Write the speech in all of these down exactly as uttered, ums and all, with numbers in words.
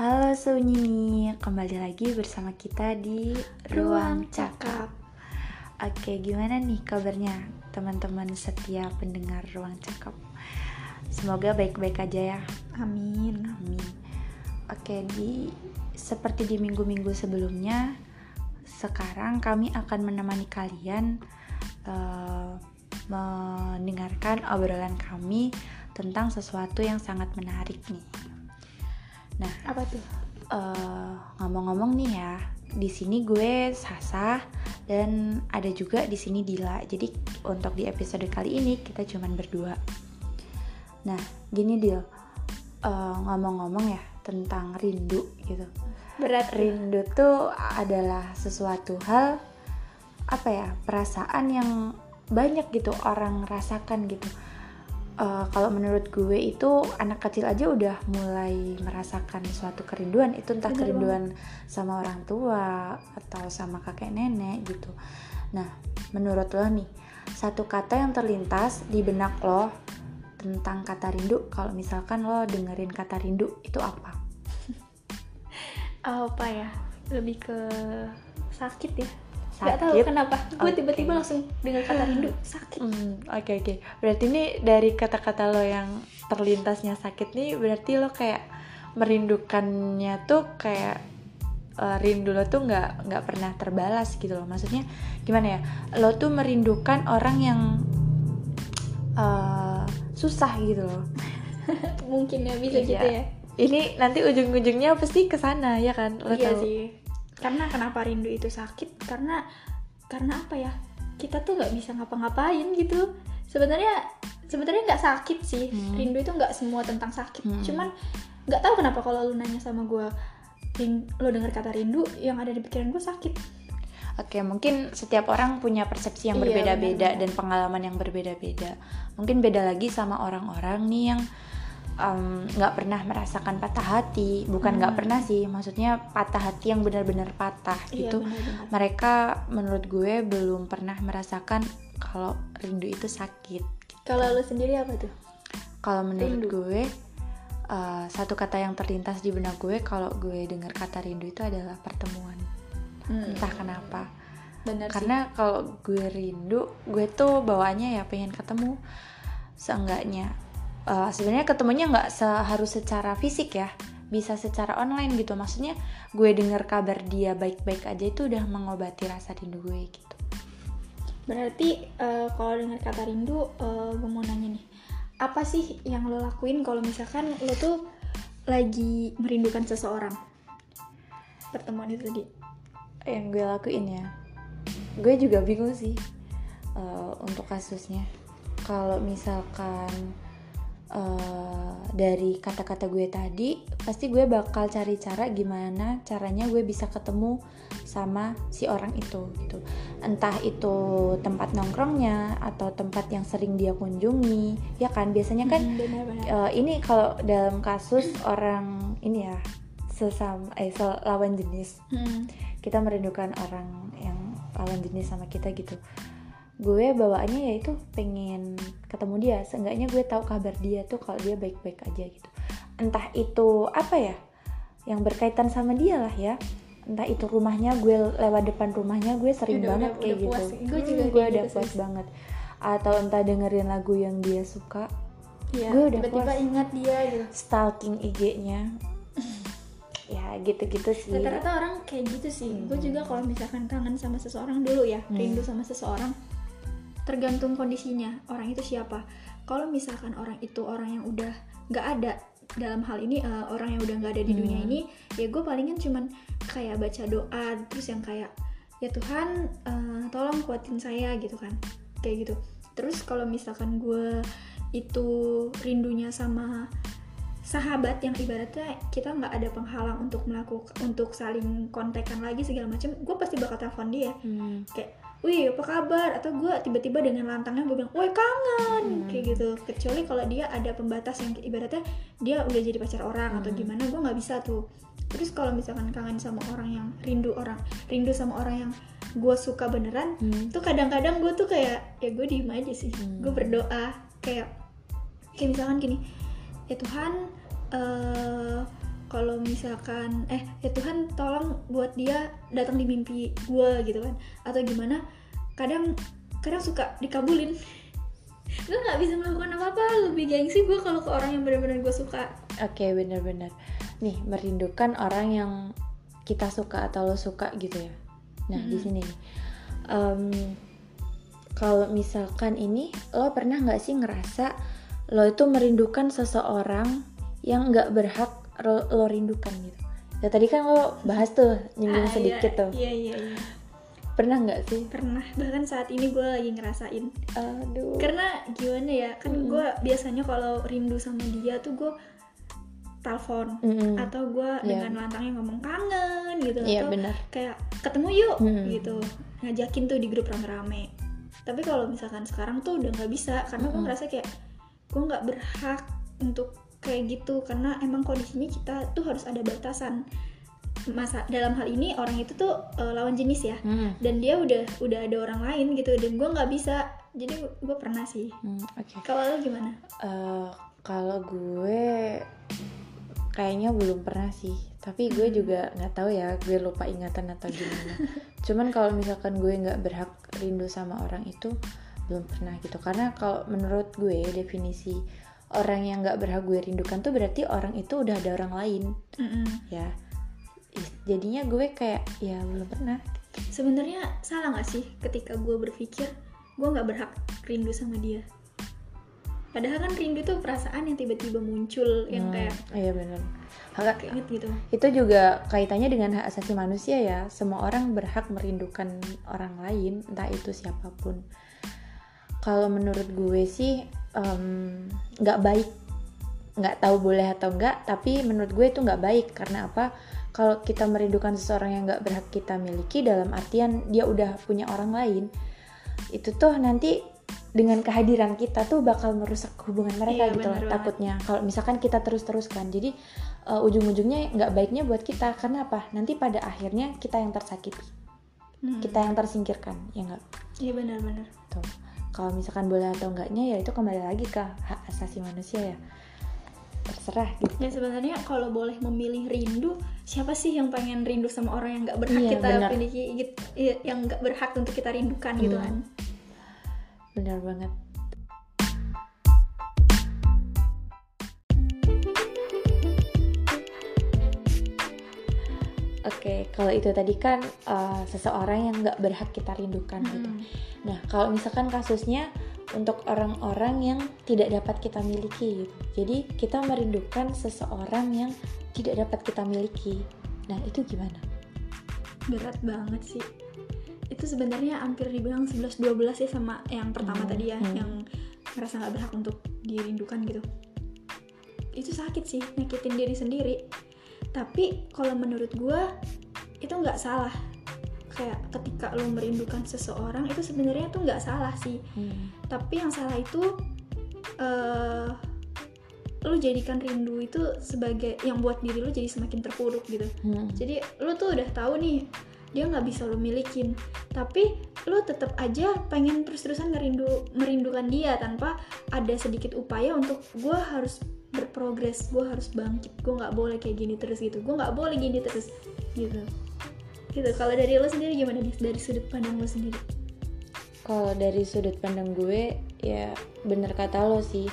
Halo Sunyini, kembali lagi bersama kita di Ruang Cakap. Oke, gimana nih kabarnya teman-teman setia pendengar Ruang Cakap? Semoga baik-baik aja ya. Amin. Amin. Oke, di seperti di minggu-minggu sebelumnya, sekarang kami akan menemani kalian uh, mendengarkan obrolan kami tentang sesuatu yang sangat menarik nih. Nah, apa tuh? Uh, ngomong-ngomong nih ya, di sini gue Sasa dan ada juga di sini Dila. Jadi untuk di episode kali ini kita cuman berdua. Nah, gini Dil, uh, ngomong-ngomong ya tentang rindu gitu. Berat. Rindu tuh adalah sesuatu hal apa ya, perasaan yang banyak gitu orang rasakan gitu. Uh, kalau menurut gue itu anak kecil aja udah mulai merasakan suatu kerinduan, itu entah Bener kerinduan banget. sama orang tua atau sama kakek nenek gitu. Nah, menurut lo nih, satu kata yang terlintas di benak lo tentang kata rindu, kalau misalkan lo dengerin kata rindu, itu apa? Apa ya? Lebih ke sakit ya. Sakit? Gak tahu kenapa gue Okay. tiba-tiba langsung dengar kata rindu sakit. Hmm, oke okay, oke. Okay. Berarti ini dari kata-kata lo yang terlintasnya sakit nih, berarti lo kayak merindukannya tuh kayak uh, rindu lo tuh nggak nggak pernah terbalas gitu loh. Maksudnya gimana ya? Lo tuh merindukan orang yang uh, susah gitu loh. Mungkin ya bisa Iya. gitu ya. Ini nanti ujung-ujungnya pasti kesana ya kan? Lo Iya tahu? sih. Karena kenapa rindu itu sakit? Karena karena apa ya? Kita tuh nggak bisa ngapa-ngapain gitu. Sebenarnya sebenarnya nggak sakit sih. Hmm. Rindu itu nggak semua tentang sakit. Hmm. Cuman nggak tahu kenapa kalau lu nanya sama gue, lo dengar kata rindu, yang ada di pikiran gue sakit. Oke, mungkin setiap orang punya persepsi yang Iya, berbeda-beda benar-benar. dan pengalaman yang berbeda-beda. Mungkin beda lagi sama orang-orang nih yang nggak um, pernah merasakan patah hati. Bukan nggak Hmm. pernah sih, maksudnya patah hati yang benar-benar patah Iya, gitu. benar-benar. Mereka menurut gue belum pernah merasakan kalau rindu itu sakit. Kalau lu sendiri apa tuh? Kalau menurut Rindu. gue uh, satu kata yang terlintas di benak gue kalau gue dengar kata rindu itu adalah pertemuan. Hmm. Entah kenapa. Benar Karena kalau gue rindu, gue tuh bawaannya ya pengen ketemu. Seenggaknya uh, sebenarnya ketemunya nggak se- harus secara fisik ya, bisa secara online gitu. Maksudnya gue dengar kabar dia baik-baik aja itu udah mengobati rasa rindu gue gitu. Berarti uh, kalau dengar kata rindu, uh, gue mau nanya nih, apa sih yang lo lakuin kalau misalkan lo tuh lagi merindukan seseorang? Pertemuan itu tadi. Yang gue lakuin ya, gue juga bingung sih uh, untuk kasusnya. Kalau misalkan uh, dari kata-kata gue tadi, pasti gue bakal cari cara gimana caranya gue bisa ketemu sama si orang itu gitu. Entah itu tempat nongkrongnya atau tempat yang sering dia kunjungi, ya kan biasanya kan Hmm, benar-benar. uh, ini kalau dalam kasus orang ini ya sesama eh lawan jenis. Hmm. Kita merindukan orang yang lawan jenis sama kita gitu. Gue bawaannya yaitu pengen ketemu dia, seenggaknya gue tahu kabar dia tuh kalau dia baik-baik aja gitu. Entah itu apa ya yang berkaitan sama dia lah ya, entah itu rumahnya, gue lewat depan rumahnya gue sering Udah, banget udah, kayak udah gitu. puas. Gue Hmm, juga gue kayak udah gitu puas sih. banget. Atau entah dengerin lagu yang dia suka, Iya, gue udah tiba-tiba puas. ingat dia gitu. Stalking I G-nya. Ya gitu-gitu sih. Rata-rata orang kayak gitu sih. Hmm. Gue juga kalau misalkan kangen sama seseorang dulu ya, Hmm. rindu sama seseorang, tergantung kondisinya. Orang itu siapa? Kalau misalkan orang itu orang yang udah nggak ada dalam hal ini, uh, orang yang udah nggak ada di dunia Hmm. ini, ya gue palingan cuman kayak baca doa, terus yang kayak ya Tuhan, uh, tolong kuatin saya gitu kan, kayak gitu. Terus kalau misalkan gue itu rindunya sama sahabat yang ibaratnya kita nggak ada penghalang untuk melakukan untuk saling kontekan lagi segala macam, gue pasti bakal telepon dia Hmm. kayak, wih apa kabar, atau gue tiba-tiba dengan lantangnya gue bilang, woi kangen, Hmm. kayak gitu. Kecuali kalau dia ada pembatas yang ibaratnya dia udah jadi pacar orang atau Hmm. gimana, gue nggak bisa tuh. Terus kalau misalkan kangen sama orang yang rindu orang rindu sama orang yang gue suka beneran, Hmm. tuh kadang-kadang gue tuh kayak ya gue diem aja sih. Hmm. Gue berdoa kayak kayak misalkan gini, ya Tuhan, uh, kalau misalkan eh ya Tuhan tolong buat dia datang di mimpi gue gitu kan, atau gimana, kadang kadang suka dikabulin. Gue nggak bisa melakukan apa-apa, lebih gengsi gue kalau ke orang yang benar-benar gue suka. Oke, okay, benar-benar. Nih, merindukan orang yang kita suka atau lo suka gitu ya. Nah, mm-hmm. di sini nih. Um, kalau misalkan ini, lo pernah nggak sih ngerasa lo itu merindukan seseorang yang nggak berhak lo, lo rindukan gitu? Ya tadi kan lo bahas tuh, nyinggung ah, sedikit iya, tuh. Iya, iya, iya. Pernah nggak sih? Pernah, bahkan saat ini gue lagi ngerasain. Aduh. Karena gimana ya, kan mm. gue biasanya kalau rindu sama dia tuh gue telepon mm. atau gue yeah. dengan lantangnya ngomong kangen gitu, yeah, atau bener. kayak ketemu yuk mm. gitu, ngajakin tuh di grup rame-rame. Tapi kalau misalkan sekarang tuh udah nggak bisa, karena mm. gue ngerasa kayak gue nggak berhak untuk kayak gitu, karena emang kondisinya kita tuh harus ada batasan. Masa dalam hal ini orang itu tuh uh, lawan jenis ya, hmm. dan dia udah udah ada orang lain gitu, dan gue nggak bisa, jadi gue pernah sih. Hmm, okay. Kalau lo gimana? Uh, kalau gue kayaknya belum pernah sih, tapi gue hmm. juga nggak tahu ya, gue lupa ingatan atau gimana. Cuman kalau misalkan gue nggak berhak rindu sama orang itu belum pernah gitu, karena kalau menurut gue definisi orang yang nggak berhak gue rindukan tuh berarti orang itu udah ada orang lain, mm-hmm. ya. Jadinya gue kayak ya belum pernah. Sebenarnya salah nggak sih ketika gue berpikir gue nggak berhak rindu sama dia? Padahal kan rindu itu perasaan yang tiba-tiba muncul, hmm, yang kayak iya benar. Hak keinget gitu. Itu juga kaitannya dengan hak asasi manusia ya. Semua orang berhak merindukan orang lain, entah itu siapapun. Kalau menurut gue sih nggak um, baik. Nggak tahu boleh atau enggak, tapi menurut gue itu nggak baik. Karena apa? Kalau kita merindukan seseorang yang gak berhak kita miliki, dalam artian dia udah punya orang lain, itu tuh nanti dengan kehadiran kita tuh bakal merusak hubungan mereka, iya, gitu lah takutnya. Kalau misalkan kita terus-teruskan, jadi uh, ujung-ujungnya gak baiknya buat kita. Karena apa? Nanti pada akhirnya kita yang tersakiti, hmm. kita yang tersingkirkan, ya gak? Iya benar-benar. Tuh. Kalau misalkan boleh atau enggaknya, ya itu kembali lagi ke hak asasi manusia ya. Terserah gitu. Ya sebenarnya kalau boleh memilih rindu, siapa sih yang pengen rindu sama orang yang nggak berhak iya, kita miliki, gitu, yang nggak berhak untuk kita rindukan hmm. gitu kan? Benar banget. Oke, kalau itu tadi kan uh, seseorang yang nggak berhak kita rindukan hmm. gitu. Nah, kalau misalkan kasusnya untuk orang-orang yang tidak dapat kita miliki gitu. Jadi kita merindukan seseorang yang tidak dapat kita miliki. Nah, itu gimana? Berat banget sih. Itu sebenarnya hampir dibilang sebelas dua belas ya sama yang pertama hmm. tadi ya, hmm. yang ngerasa gak berhak untuk dirindukan gitu. Itu sakit sih, nyakitin diri sendiri. Tapi kalau menurut gue itu gak salah. Kayak ketika lo merindukan seseorang itu sebenarnya tuh nggak salah sih, hmm. tapi yang salah itu uh, lo jadikan rindu itu sebagai yang buat diri lo jadi semakin terpuruk gitu. Hmm. Jadi lo tuh udah tahu nih dia nggak bisa lo milikin, tapi lo tetap aja pengen terus-terusan ngerindu merindukan dia tanpa ada sedikit upaya untuk gue harus berprogres, gue harus bangkit, gue nggak boleh kayak gini terus gitu, gue nggak boleh gini terus gitu. Gitu. Kalau dari lo sendiri gimana nih, dari sudut pandang lo sendiri? Kalau dari sudut pandang gue ya bener kata lo sih,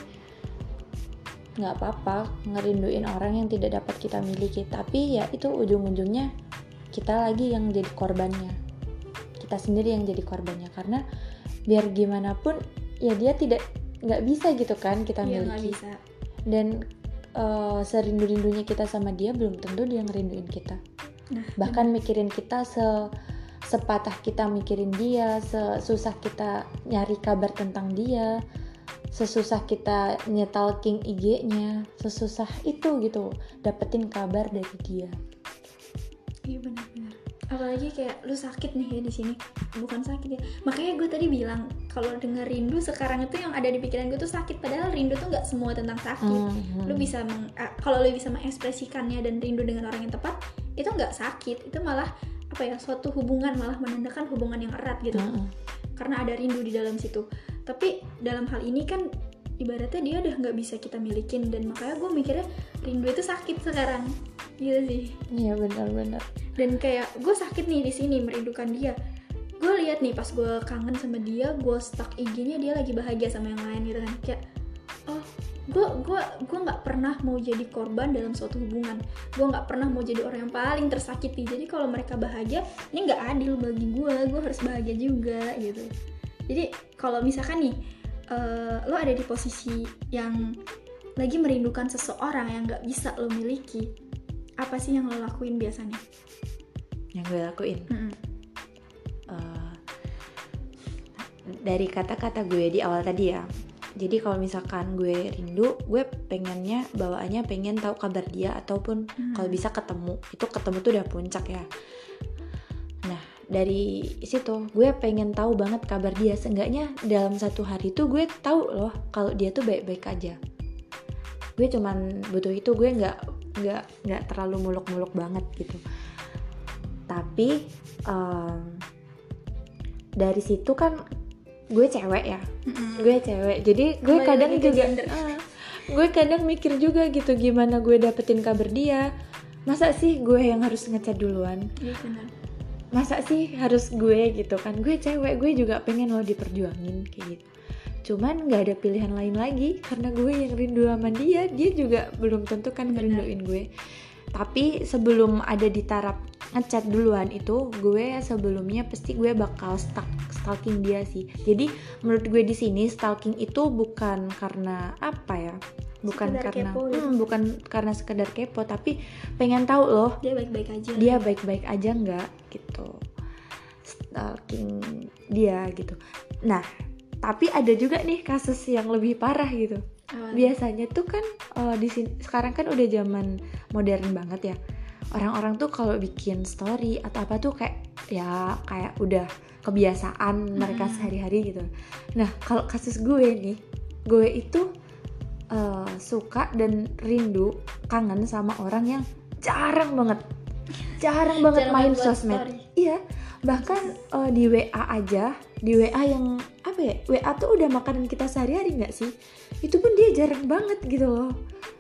nggak apa-apa ngerinduin orang yang tidak dapat kita miliki, tapi ya itu ujung-ujungnya kita lagi yang jadi korbannya, kita sendiri yang jadi korbannya, karena biar gimana pun ya dia tidak nggak bisa gitu kan kita ya, miliki, dan uh, serindu-rindunya kita sama dia belum tentu dia ngerinduin kita. Nah, bahkan bener. Mikirin kita se sepatah kita mikirin dia, sesusah kita nyari kabar tentang dia, sesusah kita nyetalking I G-nya, sesusah itu gitu dapetin kabar dari dia. Iya benar-benar. Apalagi kayak lu sakit nih ya di sini, bukan sakit ya. Makanya gue tadi bilang kalau dengar rindu sekarang itu yang ada di pikiran gue tuh sakit. Padahal rindu tuh nggak semua tentang sakit. Mm-hmm. Lu bisa meng, kalau lu bisa mengekspresikannya dan rindu dengan orang yang tepat, itu nggak sakit. Itu malah apa ya, suatu hubungan, malah menandakan hubungan yang erat gitu. Mm-hmm. Karena ada rindu di dalam situ. Tapi dalam hal ini kan ibaratnya dia udah nggak bisa kita milikin, dan makanya gue mikirnya rindu itu sakit sekarang. Gitu sih. Iya benar-benar. Dan kayak gue sakit nih di sini merindukan dia. Gue lihat nih pas gue kangen sama dia, gue stuck I G-nya dia lagi bahagia sama yang lain gitu kan. Kayak oh, gue gue gue nggak pernah mau jadi korban dalam suatu hubungan. Gue nggak pernah mau jadi orang yang paling tersakiti. Jadi kalau mereka bahagia, ini nggak adil bagi gue. Gue harus bahagia juga gitu. Jadi kalau misalkan nih uh, lo ada di posisi yang lagi merindukan seseorang yang nggak bisa lo miliki, apa sih yang lo lakuin biasanya? Yang gue lakuin Mm-mm. uh, dari kata-kata gue di awal tadi ya. Jadi kalau misalkan gue rindu, gue pengennya bawaannya pengen tahu kabar dia, ataupun Hmm. kalau bisa ketemu. Itu ketemu tuh udah puncak ya. Nah dari situ gue pengen tahu banget kabar dia. Seenggaknya dalam satu hari tuh gue tahu loh kalau dia tuh baik-baik aja. Gue cuman butuh itu. Gue nggak nggak nggak terlalu muluk-muluk banget gitu. Tapi um, dari situ kan gue cewek ya, Mm-mm. gue cewek, jadi gue Kembali kadang lagi ke juga, gender. ah, gue kadang mikir juga gitu gimana gue dapetin kabar dia. Masa sih gue yang harus ngechat duluan? Iya benar. Masa sih harus gue gitu kan? Gue cewek, gue juga pengen lo diperjuangin kayak gitu. Cuman nggak ada pilihan lain lagi karena gue yang rindu sama dia, dia juga belum tentu kan Benar. ngerinduin gue. Tapi sebelum ada di taraf ngechat duluan itu, gue sebelumnya pasti gue bakal stalk, stalking dia sih. Jadi menurut gue di sini stalking itu bukan karena apa ya? Bukan Sekedar karena kepo gitu. hmm, bukan karena sekedar kepo, tapi pengen tahu loh Dia baik-baik aja. dia baik-baik aja nggak gitu. Stalking dia gitu. Nah, tapi ada juga nih kasus yang lebih parah gitu. Oh, Biasanya tuh kan uh, di sini sekarang kan udah zaman modern banget ya. Orang-orang tuh kalau bikin story atau apa tuh kayak ya kayak udah kebiasaan mereka Mm-mm. sehari-hari gitu. Nah, kalau kasus gue nih, gue itu uh, suka dan rindu, kangen sama orang yang jarang banget jarang banget Jarang main buat sosmed. story. Iya, bahkan uh, di W A aja, di W A yang apa ya? W A tuh udah makanan kita sehari-hari nggak sih? Itu pun dia jarang banget gitu loh.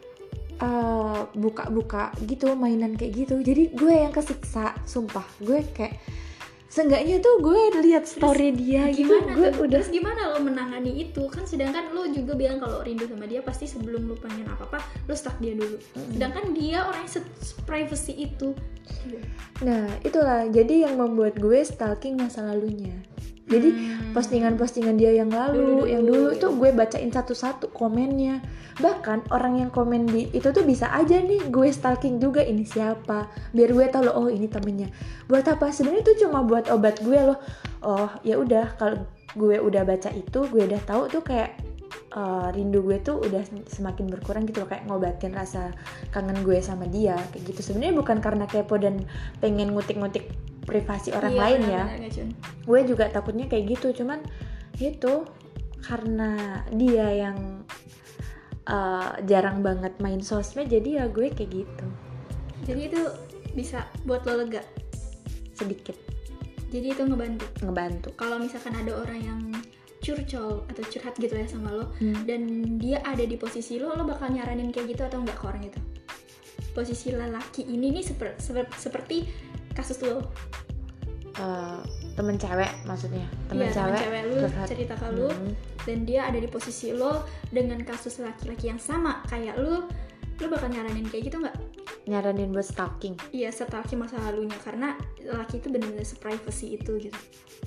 Uh, buka-buka gitu, mainan kayak gitu. Jadi gue yang kesiksa, sumpah. Gue kayak seenggaknya tuh gue lihat story dia gitu, Gimana gue tuh? udah Terus gimana lo menangani itu? Kan sedangkan lo juga bilang kalau rindu sama dia pasti sebelum lo pengen apa-apa lo stalk dia dulu. Sedangkan dia orang yang se-privacy itu. Nah, itulah jadi yang membuat gue stalking masa lalunya. Jadi Hmm. postingan-postingan dia yang lalu, Dulu-dulu, yang dulu ya. itu gue bacain satu-satu komennya. Bahkan orang yang komen di itu tuh bisa aja nih gue stalking juga, ini siapa, biar gue tahu loh, oh ini temennya. Buat apa? Sebenarnya itu cuma buat obat gue loh. Oh ya udah, kalau gue udah baca itu, gue udah tahu tuh kayak uh, rindu gue tuh udah semakin berkurang gitu loh, kayak ngobatin rasa kangen gue sama dia kayak gitu. Sebenarnya bukan karena kepo dan pengen ngutik-ngutik privasi orang Iya, lain ya. benar-benar, Kak Jun. Gue juga takutnya kayak gitu, cuman itu karena dia yang uh, jarang banget main sosmed, jadi ya gue kayak gitu Jadi itu bisa buat lo lega. sedikit Jadi itu ngebantu. ngebantu. Kalau misalkan ada orang yang curcol atau curhat gitu ya sama lo, Hmm. dan dia ada di posisi lo, lo bakal nyaranin kayak gitu atau enggak ke orang itu? Posisi lelaki ini nih seper, seper, seperti kasus lo. Uh, temen cewek maksudnya, temen Iya, temen cewek, cewek lu curhat. cerita ke lu, Hmm. dan dia ada di posisi lo dengan kasus laki-laki yang sama kayak lu, lu bakal nyaranin kayak gitu nggak? Nyaranin buat stalking. Iya, stalking masa lalunya, karena laki itu benar-benar se-privacy itu gitu.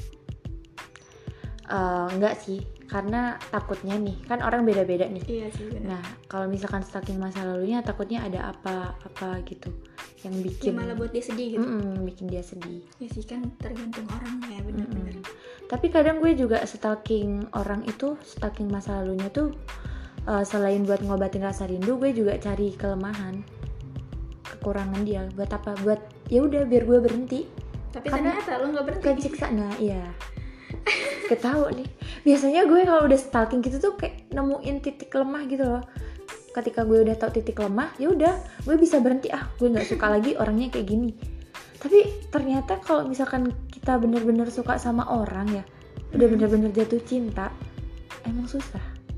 Uh, enggak sih, karena takutnya nih kan orang beda-beda nih. Iya sih benar. Nah, kalau misalkan stalking masa lalunya, takutnya ada apa-apa gitu yang Ya bikin malah buat dia sedih gitu. Mm-mm, bikin dia sedih. Ya sih kan tergantung orang ya, benar-benar. Mm-mm. Tapi kadang gue juga stalking orang itu, stalking masa lalunya tuh uh, selain buat ngobatin rasa rindu, gue juga cari kelemahan, kekurangan dia. Buat apa? Buat ya udah biar gue berhenti. Tapi Karena ternyata lo nggak berhenti. Kan siksa. Nah, iya. Ketahu nih. Biasanya gue kalau udah stalking gitu tuh kayak nemuin titik lemah gitu loh. Ketika gue udah tahu titik lemah, ya udah, gue bisa berhenti. Ah, gue nggak suka lagi orangnya kayak gini. Tapi ternyata kalau misalkan kita benar-benar suka sama orang ya, udah benar-benar jatuh cinta, emang susah.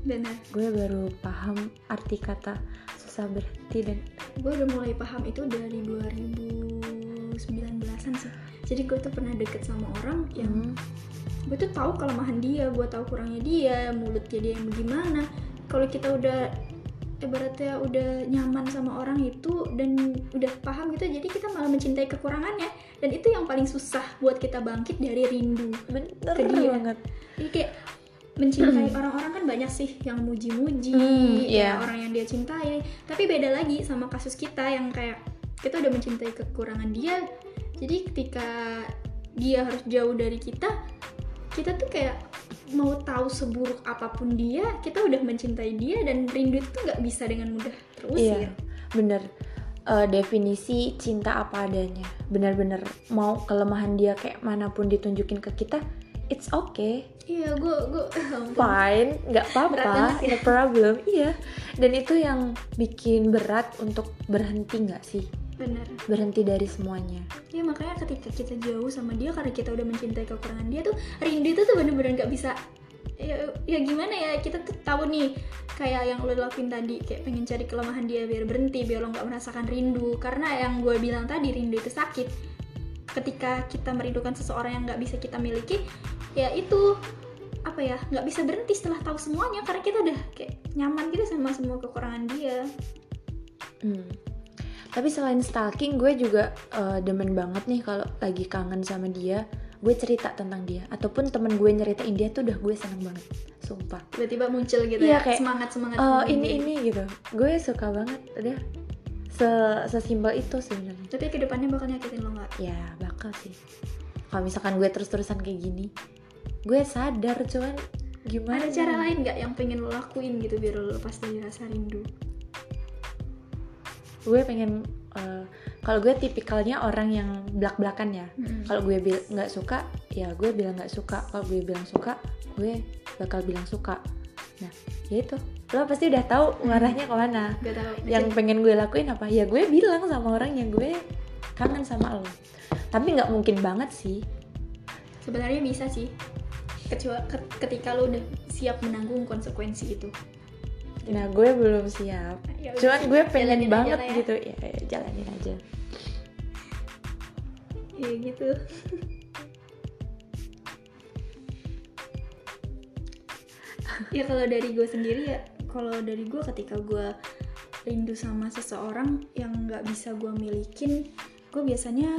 Benar. Gue baru paham arti kata susah berhenti, dan gue udah mulai paham itu dari dua ribu sembilan belasan sih. Jadi gue tuh pernah deket sama orang yang hmm. gue tuh tahu kelemahan dia, gue tahu kurangnya dia, mulutnya dia yang bagaimana. Kalau kita udah ibaratnya udah nyaman sama orang itu dan udah paham gitu, jadi kita malah mencintai kekurangannya, dan itu yang paling susah buat kita bangkit dari rindu. Bener ke dia. banget. Jadi kayak mencintai orang-orang kan banyak sih yang muji-muji, mm, yeah. ya, orang yang dia cintai. Tapi beda lagi sama kasus kita yang kayak kita udah mencintai kekurangan dia. Jadi ketika dia harus jauh dari kita, kita tuh kayak mau tahu seburuk apapun dia, kita udah mencintai dia, dan rindu itu nggak bisa dengan mudah terusir. Iya, bener. Uh, definisi cinta apa adanya. Bener-bener mau kelemahan dia kayak manapun ditunjukin ke kita, it's okay. Iya, gue gue fine, nggak apa-apa, no problem. Iya, dan itu yang bikin berat untuk berhenti nggak sih? Benar. Berhenti dari semuanya. Ya makanya ketika kita jauh sama dia karena kita udah mencintai kekurangan dia tuh, rindu itu tuh bener-bener nggak bisa. Ya, ya gimana ya, kita tuh tahu nih kayak yang lo lakuin tadi, kayak pengen cari kelemahan dia biar berhenti, biar lo nggak merasakan rindu. Karena yang gue bilang tadi, rindu itu sakit. Ketika kita merindukan seseorang yang nggak bisa kita miliki, ya itu apa ya, nggak bisa berhenti setelah tahu semuanya, karena kita udah kayak nyaman gitu sama semua kekurangan dia. Hmm. Tapi selain stalking, gue juga uh, demen banget nih kalau lagi kangen sama dia, gue cerita tentang dia, ataupun temen gue nyeritain dia tuh udah gue seneng banget, sumpah. Tiba-tiba muncul gitu ya, ya, kayak, semangat semangat. Uh, ini ini gitu, gue suka banget, udah sesimpel itu sebenarnya. Tapi kedepannya bakal nyakitin lo nggak? Ya bakal sih. Kalau misalkan gue terus-terusan kayak gini, gue sadar, cuman gimana? Ada cara lain nggak yang pengen lo lakuin gitu biar lo lepas dari rasa rindu? Gue pengen uh, kalau gue tipikalnya orang yang belak-belakan ya. Mm-hmm. Kalau gue bil- nggak suka, ya gue bilang nggak suka. Kalau gue bilang suka, gue bakal bilang suka. Nah, ya itu. Lo pasti udah tahu ngarahnya kemana. Gak tahu. Yang pengen gue lakuin apa? Ya gue bilang sama orang yang gue kangen sama lo. Tapi nggak mungkin banget sih. Sebenarnya bisa sih. Kecuali ketika lo udah siap menanggung konsekuensi itu. Nah, gue belum siap. Ya, cuman gue pengen banget ya. Gitu. Ya, ya, jalanin aja. Ya gitu. Ya kalau dari gue sendiri ya, kalau dari gue ketika gue rindu sama seseorang yang nggak bisa gue milikin, gue biasanya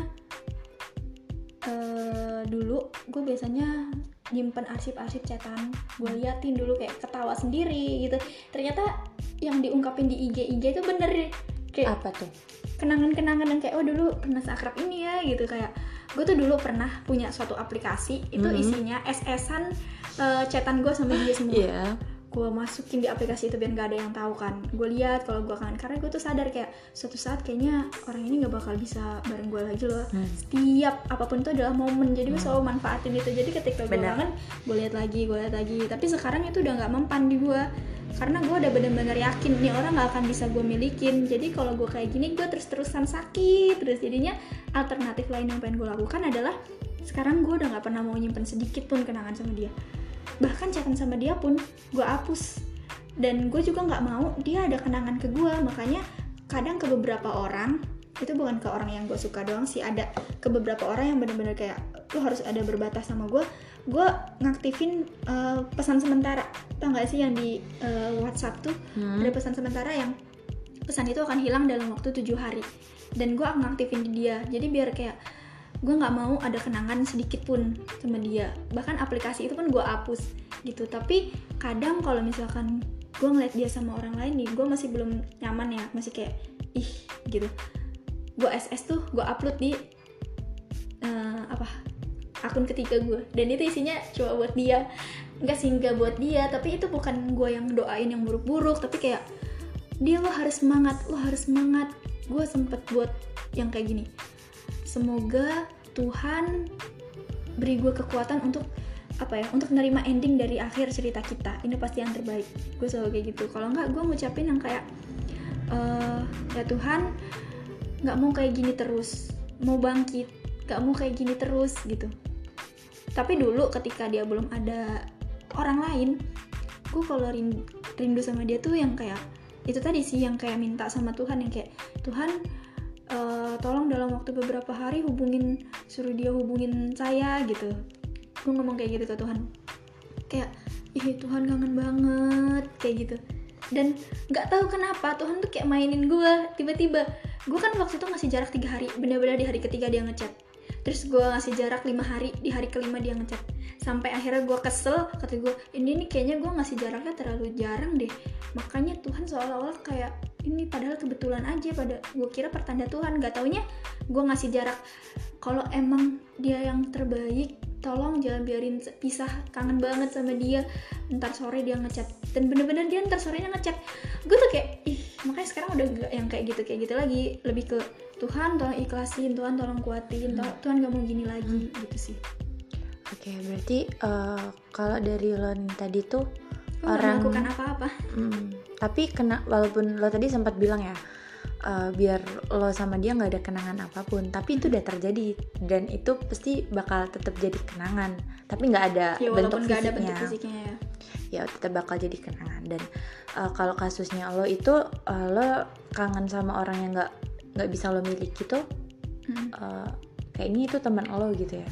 uh, dulu gue biasanya nyimpen arsip-arsip chatan, gue liatin dulu kayak ketawa sendiri gitu. Ternyata yang diungkapin di I G I G itu bener deh. Kayak apa tuh? Kenangan-kenangan yang kayak oh dulu pernah seakrab ini ya gitu. Kayak gue tuh dulu pernah punya suatu aplikasi, itu mm-hmm. isinya es esan uh, chatan gue sama dia semua. Yeah. Gue masukin di aplikasi itu biar nggak ada yang tahu kan. Gue lihat kalau gue kangen, karena gue tuh sadar kayak suatu saat kayaknya orang ini nggak bakal bisa bareng gue lagi loh. Hmm. Setiap apapun itu adalah momen, jadi gue hmm. selalu manfaatin itu. Jadi ketika gue kangen, gue lihat lagi, gue lihat lagi. Tapi sekarang itu udah nggak mempan di gue, karena gue udah benar-benar yakin nih orang nggak akan bisa gue milikin. Jadi kalau gue kayak gini, gue terus-terusan sakit. Terus jadinya alternatif lain yang pengen gue lakukan adalah sekarang gue udah nggak pernah mau nyimpen sedikit pun kenangan sama dia. Bahkan chatan sama dia pun gue hapus, dan gue juga nggak mau dia ada kenangan ke gue. Makanya kadang ke beberapa orang, itu bukan ke orang yang gue suka doang sih, ada ke beberapa orang yang benar-benar kayak lu harus ada berbatas sama gue. Gue ngaktifin uh, pesan sementara, tau nggak sih yang di uh, WhatsApp tuh hmm. ada pesan sementara yang pesan itu akan hilang dalam waktu tujuh hari, dan gue ngaktifin di dia. Jadi biar kayak gue nggak mau ada kenangan sedikit pun sama dia. Bahkan aplikasi itu pun gue hapus gitu. Tapi kadang kalau misalkan gue ngeliat dia sama orang lain nih, gue masih belum nyaman ya, masih kayak ih gitu. Gue S S tuh gue upload di uh, apa akun ketiga gue, dan itu isinya cuma buat dia. Nggak sih, nggak buat dia, tapi itu bukan gue yang doain yang buruk-buruk, tapi kayak dia lo harus semangat, lo harus semangat. Gue sempet buat yang kayak gini, semoga Tuhan beri gue kekuatan untuk apa ya, untuk nerima ending dari akhir cerita kita. Ini pasti yang terbaik. Gue selalu kayak gitu. Kalau enggak, gue ngucapin yang kayak uh, ya Tuhan, nggak mau kayak gini terus, mau bangkit, nggak mau kayak gini terus gitu. Tapi dulu ketika dia belum ada orang lain, aku kalau rindu, rindu sama dia tuh yang kayak itu tadi sih, yang kayak minta sama Tuhan, yang kayak Tuhan uh, tolong dalam waktu beberapa hari hubungin, suruh dia hubungin saya gitu. Gue ngomong kayak gitu ke Tuhan, kayak ih Tuhan kangen banget kayak gitu. Dan nggak tahu kenapa Tuhan tuh kayak mainin gue tiba-tiba. Gue kan waktu itu ngasih jarak tiga hari, benar-benar di hari ketiga dia ngechat. Terus gue ngasih jarak lima hari, di hari kelima dia ngechat. Sampai akhirnya gue kesel, kata gue ini nih kayaknya gue ngasih jaraknya terlalu jarang deh. Makanya Tuhan seolah-olah kayak ini padahal kebetulan aja, pada gue kira pertanda Tuhan. Gak taunya gue ngasih jarak. Kalau emang dia yang terbaik, tolong jangan biarin pisah, kangen banget sama dia. Ntar sore dia ngechat, dan bener-bener dia ntar sorenya ngechat. Gue tuh kayak ih, makanya sekarang udah gak yang kayak gitu kayak gitu lagi, lebih ke Tuhan tolong ikhlasin, Tuhan tolong kuatin, hmm. Tuhan gak mau gini lagi hmm. gitu sih. Oke, okay, berarti uh, kalau dari lo tadi tuh lo orang melakukan apa-apa. Hmm, tapi kena, walaupun lo tadi sempat bilang ya, uh, biar lo sama dia nggak ada kenangan apapun, tapi itu udah terjadi dan itu pasti bakal tetap jadi kenangan. Tapi nggak ada ya, bentuk fisiknya. Ada bentuk fisiknya ya. Ya tetap bakal jadi kenangan. Dan uh, kalau kasusnya lo itu uh, lo kangen sama orang yang nggak nggak bisa lo miliki tuh, hmm. uh, kayak ini itu teman lo gitu ya.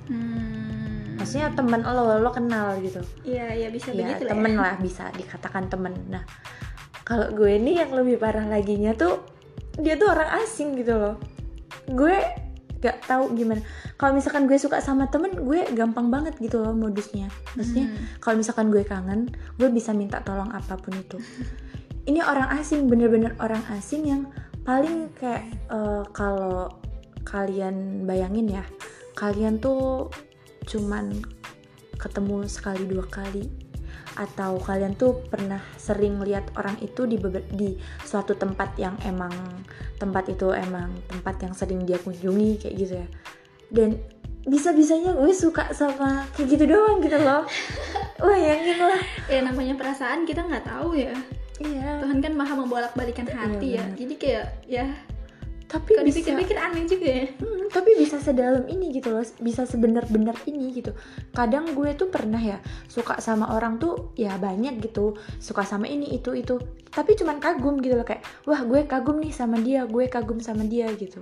Hmm. Maksudnya teman lo, lo kenal gitu. Iya, ya bisa ya, begitu lah. Temen ya. lah, bisa dikatakan temen. Nah, kalau gue ini yang lebih parah laginya tuh, dia tuh orang asing gitu loh. Gue gak tahu gimana. Kalau misalkan gue suka sama temen, gue gampang banget gitu loh modusnya. Maksudnya hmm. kalau misalkan gue kangen, gue bisa minta tolong apapun itu. Ini orang asing, bener-bener orang asing yang paling kayak uh, kalau kalian bayangin ya, kalian tuh cuman ketemu sekali dua kali, atau kalian tuh pernah sering lihat orang itu di beber- di suatu tempat yang emang tempat itu emang tempat yang sering dia kunjungi kayak gitu ya, dan bisa-bisanya gue suka sama kayak gitu doang gitu loh. Bayangin lah. Ya namanya perasaan kita nggak tahu ya. Iya. Tuhan kan maha membolak-balikan hati iya, ya. Jadi kayak ya. Tapi kalau bisa, dipikir-pikir aneh juga ya. Hmm, tapi bisa sedalam ini gitu loh, bisa sebenar-benar ini gitu. Kadang gue tuh pernah ya suka sama orang tuh ya banyak gitu, suka sama ini itu itu, tapi cuman kagum gitu loh, kayak wah gue kagum nih sama dia, gue kagum sama dia gitu.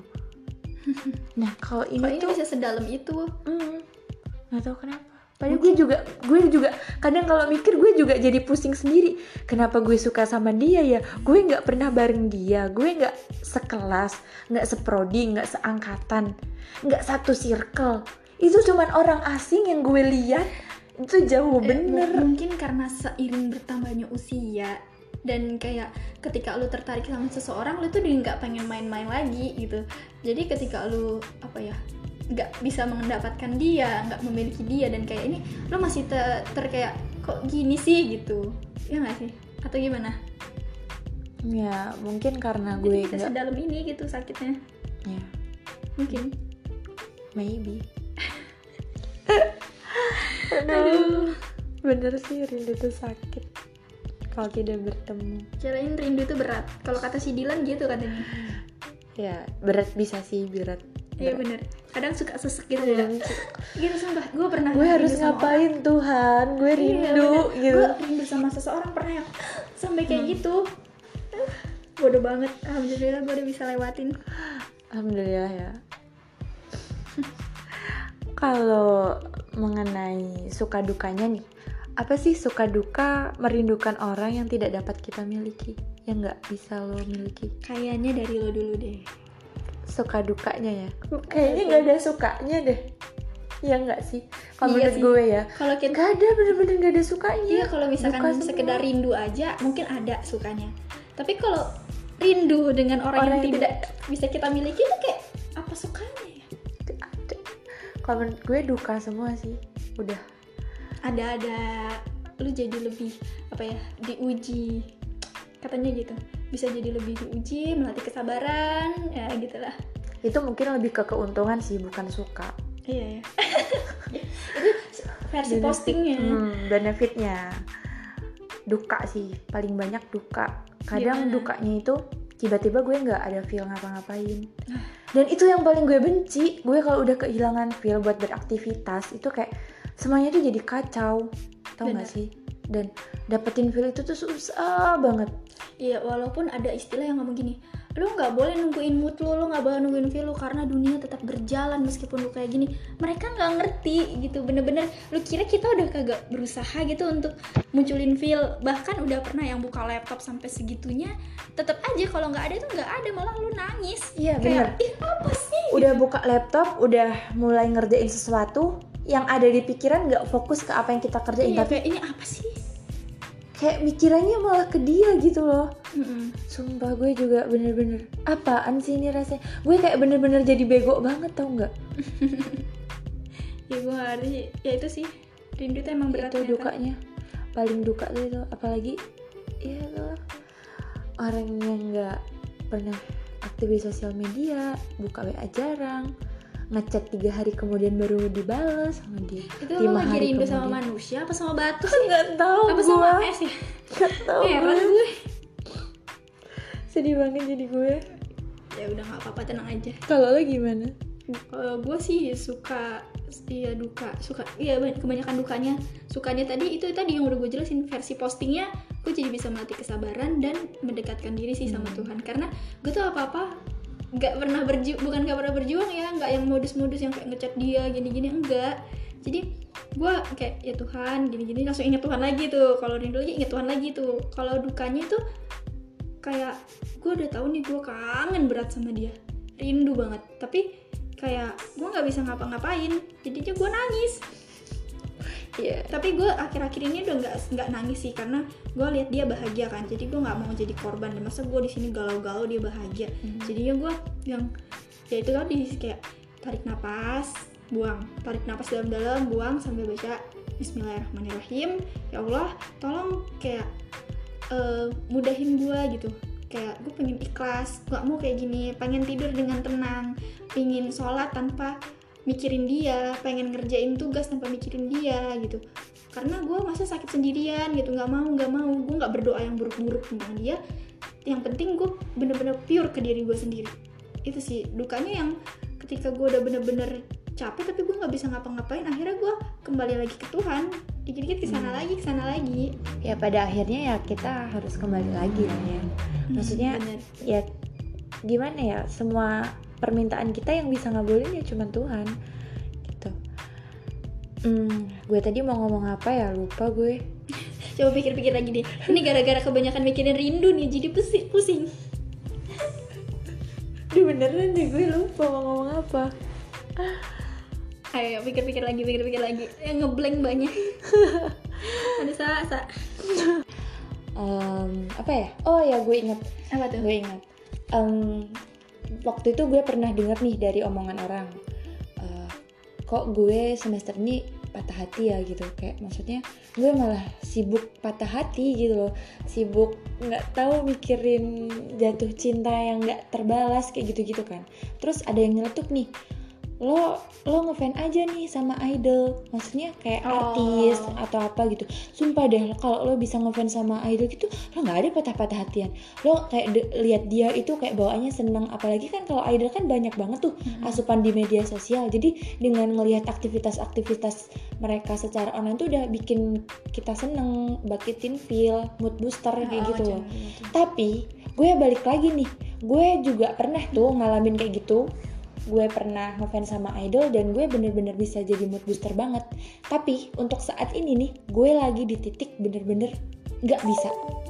Nah kalau ini kalo tuh ini bisa sedalam itu, hmm, nggak tahu kenapa. Padahal gue juga, gue juga kadang kalau mikir gue juga jadi pusing sendiri. Kenapa gue suka sama dia ya? Gue nggak pernah bareng dia, gue nggak sekelas, nggak seprodi, nggak seangkatan, nggak satu circle. Itu cuman orang asing yang gue lihat itu jauh bener. Eh, mungkin karena seiring bertambahnya usia dan kayak ketika lu tertarik sama seseorang, lu tuh udah nggak pengen main-main lagi gitu. Jadi ketika lu apa ya? Nggak bisa mendapatkan dia, nggak memiliki dia, dan kayak ini lo masih ter, ter kayak kok gini sih gitu, ya nggak sih? Atau gimana? Ya mungkin karena jadi gue bisa nggak sedalam ini gitu sakitnya. Ya mungkin, maybe. Aduh, bener sih rindu tuh sakit kalau tidak bertemu. Kirain rindu itu berat. Kalau kata si Dilan gitu katanya. Ya berat bisa sih, berat. Iya bener, kadang suka sesek gitu ya. Gitu sumpah, gue pernah gue harus ngapain orang. Tuhan, gue rindu iya, gitu. Gue rindu sama seseorang pernah yang sampai kayak hmm. gitu. Bodoh banget, alhamdulillah gue udah bisa lewatin. Alhamdulillah ya. Kalau mengenai suka dukanya nih, apa sih suka duka merindukan orang yang tidak dapat kita miliki, yang nggak bisa lo miliki? Kayaknya dari lo dulu deh. Suka dukanya ya, kayaknya nggak ada sukanya deh, ya nggak sih? Kalau iya menurut gue ya, kalau kita nggak ada, bener-bener nggak ada sukanya. Iya, kalau misalkan sekedar rindu aja mungkin ada sukanya, tapi kalau rindu dengan orang, orang yang, yang tidak bisa kita miliki itu kayak apa sukanya ya? Ada. Kalau menurut gue duka semua sih, udah. Ada-ada, lu jadi lebih apa ya, diuji, katanya gitu. Bisa jadi lebih diuji, melatih kesabaran, ya gitulah. Itu mungkin lebih ke keuntungan sih, bukan suka. Iya ya. Itu versi benefit, postingnya. Hmm, benefitnya. Duka sih, paling banyak duka. Kadang gimana? Dukanya itu tiba-tiba gue nggak ada feel ngapa-ngapain. Dan itu yang paling gue benci. Gue kalau udah kehilangan feel buat beraktivitas, itu kayak semuanya tuh jadi kacau. Tau nggak sih? dan dapetin feel itu tuh susah banget. Iya, walaupun ada istilah yang ngomong gini, lu nggak boleh nungguin mood lu, lu nggak boleh nungguin feel lu karena dunia tetap berjalan meskipun lu kayak gini. Mereka nggak ngerti gitu, bener-bener lu kira kita udah kagak berusaha gitu untuk munculin feel, bahkan udah pernah yang buka laptop sampai segitunya, tetap aja kalau nggak ada tuh nggak ada, malah lu nangis. Iya kayak, bener. ih apa sih? Udah buka laptop, udah mulai ngerjain sesuatu, yang ada di pikiran nggak fokus ke apa yang kita kerjain, Iya, tapi kayak ini apa sih? kayak mikirannya malah ke dia gitu loh. Mm-mm. Sumpah gue juga bener-bener apaan sih ini rasanya, gue kayak bener-bener jadi bego banget tau nggak. Ya gue ngerti, ya itu sih rindu tuh emang berat. Itu ternyata. dukanya paling duka tuh itu, apalagi ya tuh orang yang nggak pernah aktif di sosial media, buka W A jarang, ngechat tiga hari kemudian baru dibales sama dia. Itu lo lagi rindu sama manusia apa sama batu sih? Nggak tahu apa gue. sama es ya? Nggak tahu Heran gue. gue. Sedih banget jadi gue. Ya udah nggak apa-apa, tenang aja. Kalau lo gimana? Kalau gue sih suka, iya duka, suka, iya kebanyakan dukanya. Sukanya tadi itu tadi yang udah gue jelasin, versi postingnya gue jadi bisa melatih kesabaran dan mendekatkan diri sih sama Tuhan. Karena gue tuh apa-apa nggak pernah berjuang, bukan nggak pernah berjuang ya, nggak yang modus-modus yang kayak ngechat dia gini-gini, enggak. Jadi gue kayak ya Tuhan gini-gini, langsung ingat Tuhan lagi tuh. Kalau rindu lagi ingat Tuhan lagi tuh. Kalau dukanya tuh kayak gue udah tahu nih gue kangen berat sama dia, rindu banget, tapi kayak gue nggak bisa ngapa-ngapain, jadinya gue nangis. Iya. Yeah. Tapi gue akhir-akhir ini udah nggak nggak nangis sih, karena gue lihat dia bahagia kan, jadi gue nggak mau jadi korban. Masa gue di sini galau-galau dia bahagia, mm-hmm. Jadinya gue yang ya itu tadi kayak tarik napas, buang, tarik napas dalam-dalam, buang sambil baca Bismillahirrahmanirrahim. Ya Allah, tolong kayak uh, mudahin gue gitu. Kayak gue pengen ikhlas, gak mau kayak gini, pengen tidur dengan tenang, pengen sholat tanpa mikirin dia, pengen ngerjain tugas tanpa mikirin dia gitu. Karena gue masa sakit sendirian gitu, gak mau, gak mau, gue gak berdoa yang buruk-buruk tentang dia. Yang penting gue bener-bener pure ke diri gue sendiri. Itu sih dukanya, yang ketika gue udah bener-bener capek tapi gue gak bisa ngapa-ngapain, akhirnya gue kembali lagi ke Tuhan, dikit-dikit kesana hmm. lagi, kesana lagi. Ya pada akhirnya ya kita harus kembali lagi lah ya. Maksudnya hmm, ya gimana ya, semua permintaan kita yang bisa ngabulin ya cuma Tuhan gitu. Hmm, gue tadi mau ngomong apa ya, lupa gue. Coba pikir-pikir lagi deh. Ini gara-gara kebanyakan mikirin rindu nih, jadi pusing. pusing. Duh beneran deh, gue lupa mau ngomong apa. Ayo pikir-pikir lagi, pikir-pikir lagi. Yang ngeblank banyak. Ada sa-sa. Um, apa ya? Oh ya gue ingat. Apa tuh? Gue ingat. Um, waktu itu gue pernah dengar nih dari omongan orang. Uh, kok gue semester ini patah hati ya gitu, kayak maksudnya gue malah sibuk patah hati gitu loh, sibuk nggak tahu mikirin jatuh cinta yang nggak terbalas kayak gitu-gitu kan. Terus ada yang nyeletuk nih, lo lo ngefans aja nih sama idol, maksudnya kayak oh. artis atau apa gitu. Sumpah deh, kalau lo bisa ngefans sama idol gitu, lo nggak ada patah-patah hatian. Lo kayak de- lihat dia itu kayak bawaannya seneng, apalagi kan kalau idol kan banyak banget tuh hmm. asupan di media sosial. Jadi dengan ngelihat aktivitas-aktivitas mereka secara online tuh udah bikin kita seneng, bangkitin feel, mood booster kayak oh, gitu loh. Gitu. Tapi gue balik lagi nih, gue juga pernah tuh ngalamin kayak gitu. Gue pernah ngefans sama idol dan gue bener-bener bisa jadi mood booster banget. Tapi untuk saat ini nih, gue lagi di titik bener-bener gak bisa.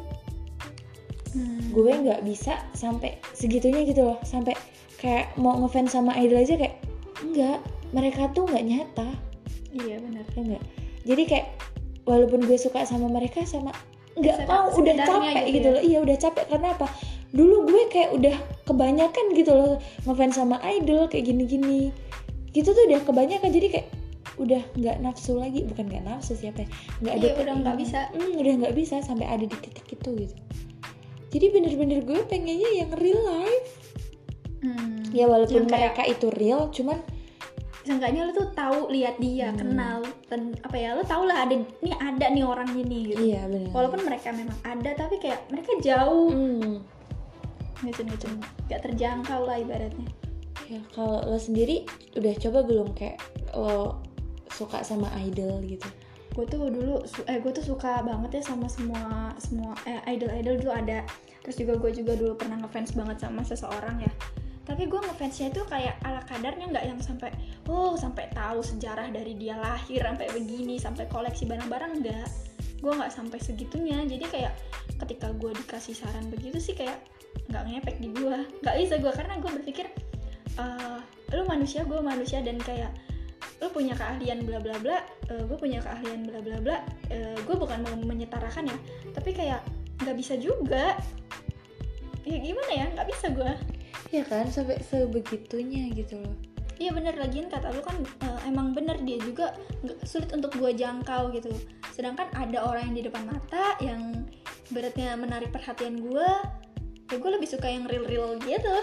hmm. Gue gak bisa sampai segitunya gitu loh. Sampai kayak mau ngefans sama idol aja kayak enggak, mereka tuh gak nyata. Iya benar. Enggak. Jadi kayak walaupun gue suka sama mereka, sama gak mau, udah capek gitu, gitu ya? Loh. Iya udah capek, karena apa? Dulu gue kayak udah kebanyakan gitu loh ngefans sama idol kayak gini-gini gitu tuh, udah kebanyakan, jadi kayak udah nggak nafsu lagi, bukan nggak nafsu siapa ya, nggak ada, iya, udah nggak bisa, hmm, udah nggak bisa sampai ada di titik itu gitu. Jadi bener-bener gue pengennya yang real life, hmm, ya walaupun mereka kayak, itu real, cuman seenggaknya lo tuh tahu, lihat dia, hmm. kenal, dan apa ya, lo tau lah ada nih ada nih orang ini gitu. Iya benar. Walaupun mereka memang ada, tapi kayak mereka jauh. Hmm. Ngecun-ngecun, gak terjangkau lah ibaratnya. Ya kalau lo sendiri udah coba belum kayak lo suka sama idol gitu? gue tuh dulu eh gue tuh suka banget ya sama semua semua eh, idol-idol dulu ada. Terus juga gue juga dulu pernah ngefans banget sama seseorang ya. Tapi gue ngefansnya itu kayak ala kadarnya, nggak yang sampai oh sampai tahu sejarah dari dia lahir sampai begini, sampai koleksi barang-barang, enggak. Gue nggak sampai segitunya. Jadi kayak ketika gue dikasih saran begitu sih kayak nggak ngepek di gue, nggak bisa gue, karena gue berpikir uh, lu manusia, gue manusia, dan kayak lu punya keahlian bla bla bla, uh, gue punya keahlian bla bla bla, uh, gue bukan mau menyetarakan ya, tapi kayak nggak bisa juga. Ya gimana ya, nggak bisa gue. Ya kan, sampai sebegitunya gitu loh. Iya bener, lagian kata lu kan uh, emang bener, dia juga sulit untuk gue jangkau gitu. Sedangkan ada orang yang di depan mata yang beratnya menarik perhatian gue, ya gue lebih suka yang real-real gitu.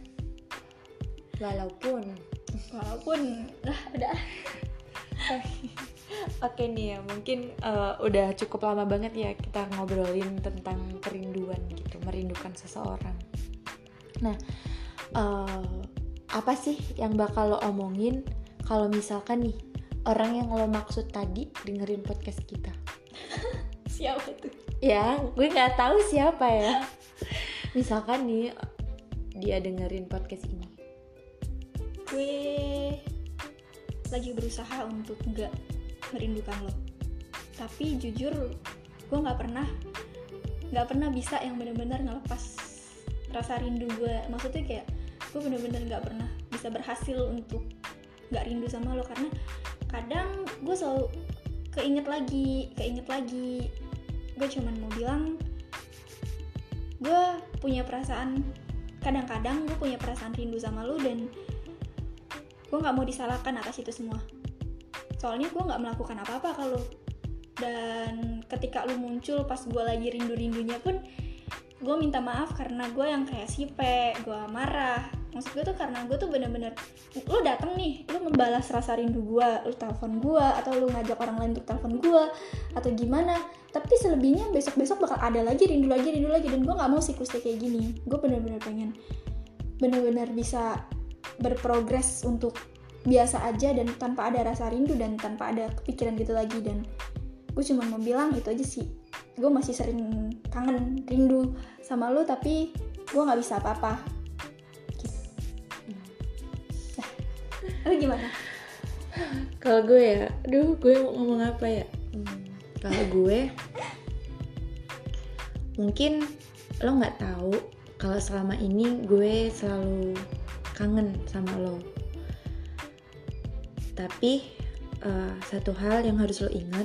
Walaupun Walaupun lah udah. Oke nih ya, mungkin uh, udah cukup lama banget ya kita ngobrolin tentang kerinduan gitu, merindukan seseorang. Nah, uh, apa sih yang bakal lo omongin kalau misalkan nih orang yang lo maksud tadi dengerin podcast kita? Siapa tuh? Ya, gue nggak tahu siapa ya. Misalkan nih dia dengerin podcast ini. Gue lagi berusaha untuk nggak merindukan lo, tapi jujur gue nggak pernah nggak pernah bisa yang benar-benar ngelepas rasa rindu gue. Maksudnya kayak gue benar-benar nggak pernah bisa berhasil untuk nggak rindu sama lo, karena kadang gue selalu keinget lagi keinget lagi. Gue cuman mau bilang gue punya perasaan, kadang-kadang gue punya perasaan rindu sama lo, dan gue nggak mau disalahkan atas itu semua. Soalnya gue nggak melakukan apa-apa kalau, dan ketika lu muncul pas gue lagi rindu-rindunya pun gue minta maaf karena gue yang kayak sipe, gue marah. Maksud gue tuh karena gue tuh bener-bener, lu dateng nih, lu membalas rasa rindu gue, lu telepon gue atau lu ngajak orang lain untuk telepon gue atau gimana, tapi selebihnya besok-besok bakal ada lagi rindu lagi rindu lagi, dan gue nggak mau siklusnya kayak gini. Gue bener-bener pengen bener-bener bisa berprogres untuk biasa aja dan tanpa ada rasa rindu dan tanpa ada kepikiran gitu lagi. Dan gue cuma mau bilang itu aja sih, gue masih sering kangen rindu sama lo, tapi gue nggak bisa apa-apa gitu. Nah, lo gimana? Kalau gue ya, aduh gue mau ngomong apa ya? Hmm, kalau gue mungkin lo nggak tahu kalau selama ini gue selalu kangen sama lo. Tapi uh, satu hal yang harus lo ingat,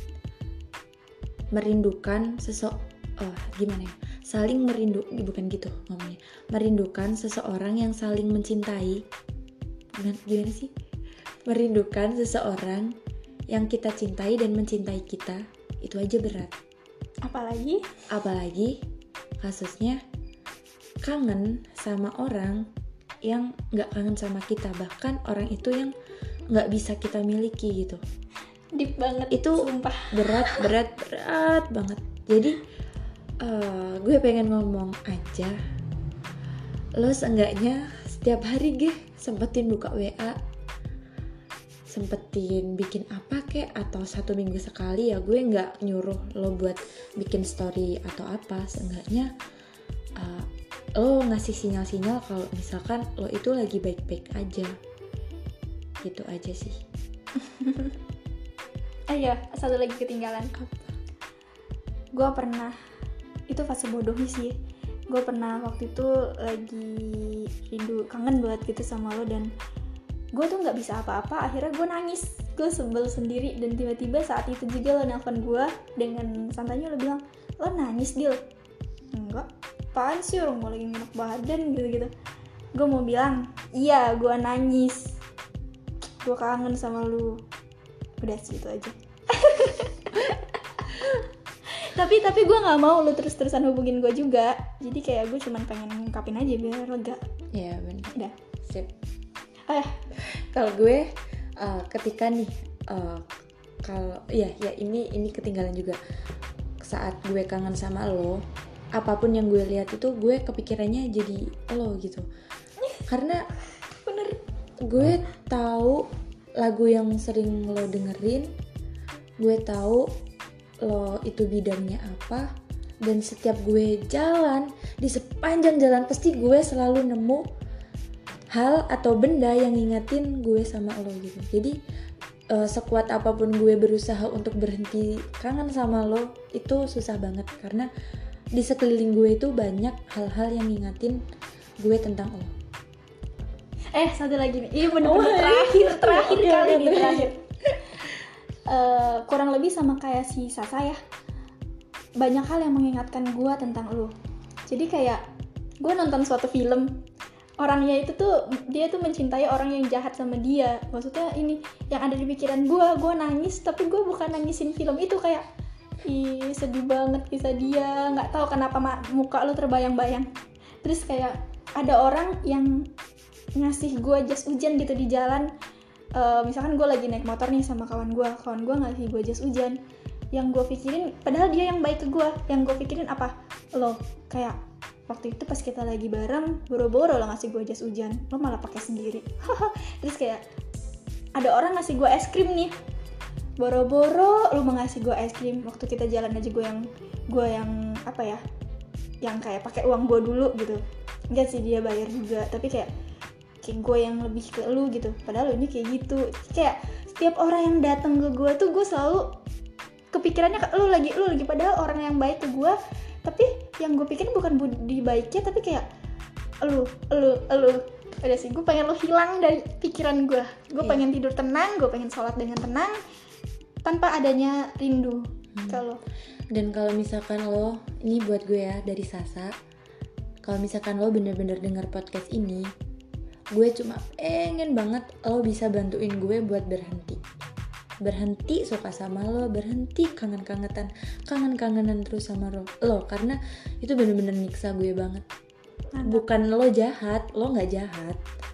merindukan sesok, oh, gimana ya? Saling merindu, bukan gitu ngomongnya. Merindukan seseorang yang saling mencintai. Gimana, gimana sih? Merindukan seseorang yang kita cintai dan mencintai kita, itu aja berat. Apalagi? Apalagi kasusnya kangen sama orang yang nggak kangen sama kita, bahkan orang itu yang nggak bisa kita miliki gitu. Deep banget itu, sumpah. berat berat berat banget. Jadi uh, gue pengen ngomong aja, lo seenggaknya setiap hari gue sempetin buka W A, sempetin bikin apa kek, atau satu minggu sekali ya, gue nggak nyuruh lo buat bikin story atau apa, seenggaknya uh, lo ngasih sinyal-sinyal kalau misalkan lo itu lagi baik-baik aja. Gitu aja sih. Eh ya, satu lagi ketinggalan. Gue pernah, itu fase bodohnya sih. Gue pernah waktu itu lagi rindu, kangen banget gitu sama lo, dan gue tuh nggak bisa apa-apa. Akhirnya gue nangis, gue sebel sendiri, dan tiba-tiba saat itu juga lo nelfon gue dengan santainya lo bilang, lo nangis Dil? Enggak, apaan sih, orang gue lagi ngenak badan gitu-gitu. Gue mau bilang, iya gue nangis, gue kangen sama lu. Udah sih itu aja. tapi tapi gue nggak mau lu terus-terusan hubungin gue juga, jadi kayak gue cuman pengen ngungkapin aja biar lega. Ya benar. Udah. Sip. Eh Kalau gue uh, ketika nih uh, kalau ya ya ini ini ketinggalan juga, saat gue kangen sama lo, apapun yang gue lihat itu gue kepikirannya jadi lo gitu. Karena bener, gue tahu lagu yang sering lo dengerin, gue tahu lo itu bidangnya apa, dan setiap gue jalan, di sepanjang jalan pasti gue selalu nemu hal atau benda yang ngingetin gue sama lo gitu. Jadi uh, sekuat apapun gue berusaha untuk berhenti kangen sama lo, itu susah banget karena di sekeliling gue itu banyak hal-hal yang ngingetin gue tentang lo. Eh satu lagi nih, ini bener-bener oh, terakhir terakhir okay, kali okay, nih terakhir. Uh, kurang lebih sama kayak si Sasa ya. Banyak hal yang mengingatkan gue tentang lo. Jadi kayak gue nonton suatu film, orangnya itu tuh dia tuh mencintai orang yang jahat sama dia. Maksudnya ini yang ada di pikiran gue, gue nangis tapi gue bukan nangisin film itu, kayak ih sedih banget kisah dia, nggak tahu kenapa muka lo terbayang-bayang. Terus kayak ada orang yang ngasih gue jas hujan gitu di jalan. Uh, misalkan gue lagi naik motor nih sama kawan gue, kawan gue ngasih gue jas hujan. Yang gue pikirin, padahal dia yang baik ke gue, yang gue pikirin apa? Lo kayak waktu itu pas kita lagi bareng, boro-boro lo ngasih gue jas hujan, lo malah pakai sendiri. Terus kayak ada orang ngasih gue es krim nih, boro-boro lo mau ngasih gue es krim. Waktu kita jalan aja gue yang gue yang apa ya, yang kayak pakai uang gue dulu gitu. Enggak sih, dia bayar juga, tapi kayak kayak gue yang lebih ke lu gitu. Padahal ini kayak gitu. Kayak setiap orang yang datang ke gue tuh gue selalu kepikirannya lu lagi lu lagi padahal orang yang baik ke gue, tapi yang gue pikirin bukan budi baiknya, tapi kayak lu lu lu udah sih, gue pengen lu hilang dari pikiran gue. Gue yeah. pengen tidur tenang, gue pengen sholat dengan tenang tanpa adanya rindu hmm. kalau. Dan kalau misalkan lo, ini buat gue ya dari Sasa, kalau misalkan lo bener-bener denger podcast ini, gue cuma pengen banget lo bisa bantuin gue buat berhenti berhenti suka sama lo, berhenti kangen-kangetan kangen-kangenan terus sama lo, lo karena itu bener-bener nyiksa gue banget. Mantap. Bukan lo jahat, lo nggak jahat,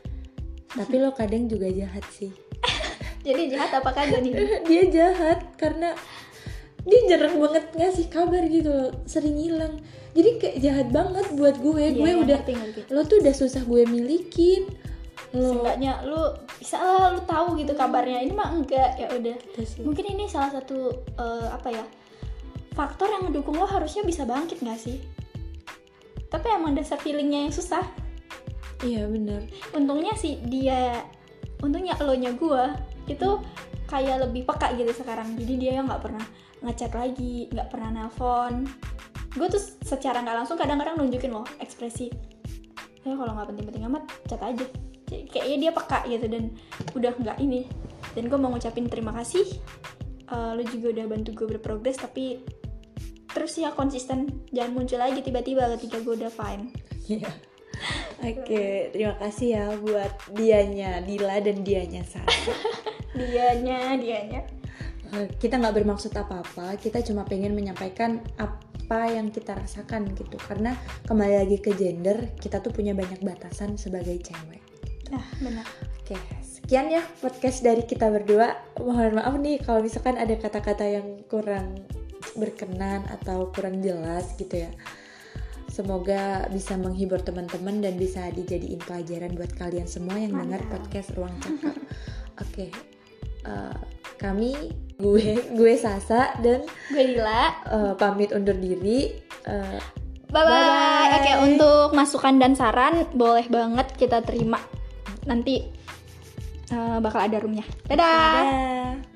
tapi lo kadang juga jahat sih. Jadi jahat apa kagak nih? Dia jahat karena dia jarang banget ngasih kabar gitu loh, sering hilang. Jadi kayak jahat banget buat gue. Iya, gue ya, udah ngerti, ngerti. Lo tuh udah susah gue milikin. Seenggaknya lu bisa lah, lu tahu gitu kabarnya. Ini mah enggak, ya udah. Mungkin ini salah satu uh, apa ya, faktor yang mendukung lo harusnya bisa bangkit nggak sih? Tapi emang dasar feelingnya yang susah. Iya benar. Untungnya sih dia, untungnya elonya gue itu kayak lebih peka gitu sekarang. Jadi dia nggak pernah ngechat lagi, nggak pernah nelpon. Gue tuh secara nggak langsung kadang-kadang nunjukin loh ekspresi. Ya kalau nggak penting-penting amat, chat aja. Kayaknya dia peka gitu dan udah nggak ini. Dan gue mau ngucapin terima kasih, uh, lo juga udah bantu gue berprogres, tapi terus ya konsisten, jangan muncul lagi tiba-tiba ketika gue udah fine. Iya. Oke, okay, terima kasih ya buat dianya Dila dan dianya Sasa. dianya, dianya. Uh, kita nggak bermaksud apa-apa, kita cuma pengen menyampaikan apa yang kita rasakan gitu. Karena kembali lagi ke gender, kita tuh punya banyak batasan sebagai cewek. Nah, benar. Oke, sekian ya podcast dari kita berdua. Mohon maaf nih kalau misalkan ada kata-kata yang kurang berkenan atau kurang jelas gitu ya. Semoga bisa menghibur teman-teman dan bisa dijadiin pelajaran buat kalian semua yang dengar podcast Ruang Cakap. Oke, uh, kami gue gue Sasa dan gue Dila uh, pamit undur diri. Uh, bye bye. Oke, untuk masukan dan saran boleh banget kita terima. Nanti uh, bakal ada roomnya. Dadah. Dadah.